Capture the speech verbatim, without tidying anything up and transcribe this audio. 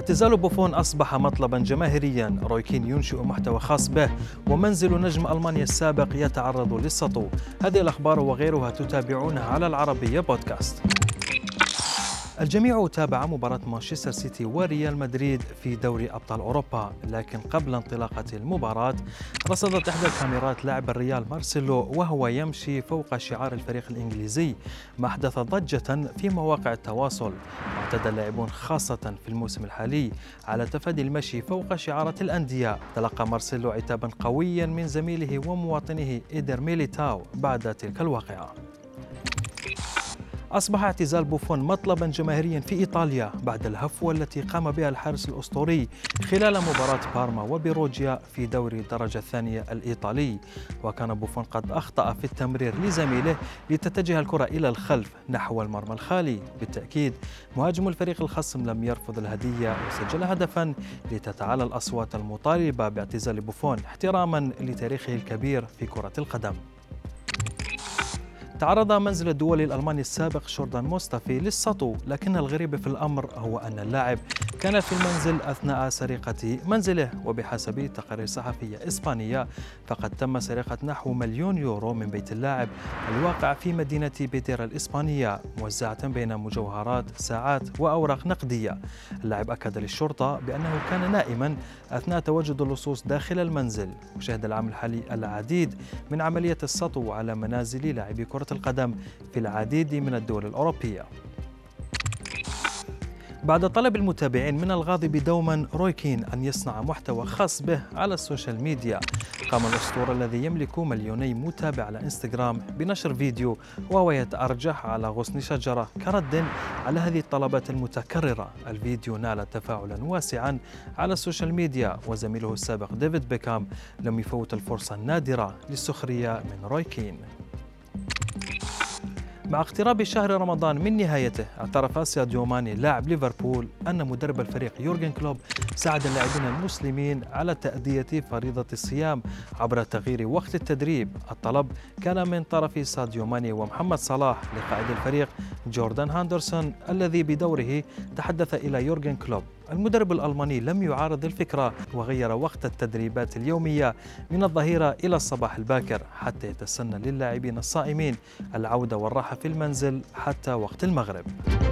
اعتزال بوفون أصبح مطلبا جماهيريا، روي كين ينشئ محتوى خاص به، ومنزل نجم ألمانيا السابق يتعرض للسطو. هذه الأخبار وغيرها تتابعونها على العربية بودكاست. الجميع تابع مباراة مانشستر سيتي وريال مدريد في دوري أبطال أوروبا، لكن قبل انطلاقة المباراة رصدت إحدى الكاميرات لاعب الريال مارسيلو وهو يمشي فوق شعار الفريق الإنجليزي، ما أحدث ضجة في مواقع التواصل. اعتاد اللاعبون خاصة في الموسم الحالي على تفادي المشي فوق شعارات الأندية. تلقى مارسيلو عتابا قويا من زميله ومواطنه إيدر ميليتاو بعد تلك الواقعة. أصبح اعتزال بوفون مطلبا جماهيريا في إيطاليا بعد الهفوة التي قام بها الحارس الأسطوري خلال مباراة بارما وبيروجيا في دوري الدرجة الثانية الإيطالي. وكان بوفون قد أخطأ في التمرير لزميله لتتجه الكرة إلى الخلف نحو المرمى الخالي. بالتأكيد مهاجم الفريق الخصم لم يرفض الهدية وسجل هدفا لتتعالى الأصوات المطالبة باعتزال بوفون احتراما لتاريخه الكبير في كرة القدم. تعرض منزل الدولي الألماني السابق جوردان موستافي للسطو، لكن الغريب في الأمر هو أن اللاعب كان في المنزل أثناء سرقة منزله. وبحسب تقارير صحفية إسبانية فقد تم سرقة نحو مليون يورو من بيت اللاعب الواقع في مدينة بيتيرا الإسبانية، موزعة بين مجوهرات، ساعات وأوراق نقدية. اللاعب أكد للشرطة بأنه كان نائما أثناء تواجد اللصوص داخل المنزل. وشهد العام الحالي العديد من عملية السطو على منازل لاعبي كرة القدم في العديد من الدول الأوروبية. بعد طلب المتابعين من الغاضب دوما روي كين أن يصنع محتوى خاص به على السوشيال ميديا، قام الأسطورة الذي يملك مليوني متابع على انستغرام بنشر فيديو وهو يتأرجح على غصن شجرة كرد على هذه الطلبات المتكررة. الفيديو نال تفاعلا واسعا على السوشيال ميديا، وزميله السابق ديفيد بيكهام لم يفوت الفرصة النادرة للسخرية من روي كين. مع اقتراب شهر رمضان من نهايته اعترف ساديو ماني لاعب ليفربول أن مدرب الفريق يورغن كلوب ساعد اللاعبين المسلمين على تأدية فريضة الصيام عبر تغيير وقت التدريب. الطلب كان من طرف ساديو ماني ومحمد صلاح لقائد الفريق جوردان هاندرسون الذي بدوره تحدث إلى يورغن كلوب. المدرب الألماني لم يعارض الفكرة وغير وقت التدريبات اليومية من الظهيرة إلى الصباح الباكر حتى يتسنى للاعبين الصائمين العودة والراحة في المنزل حتى وقت المغرب.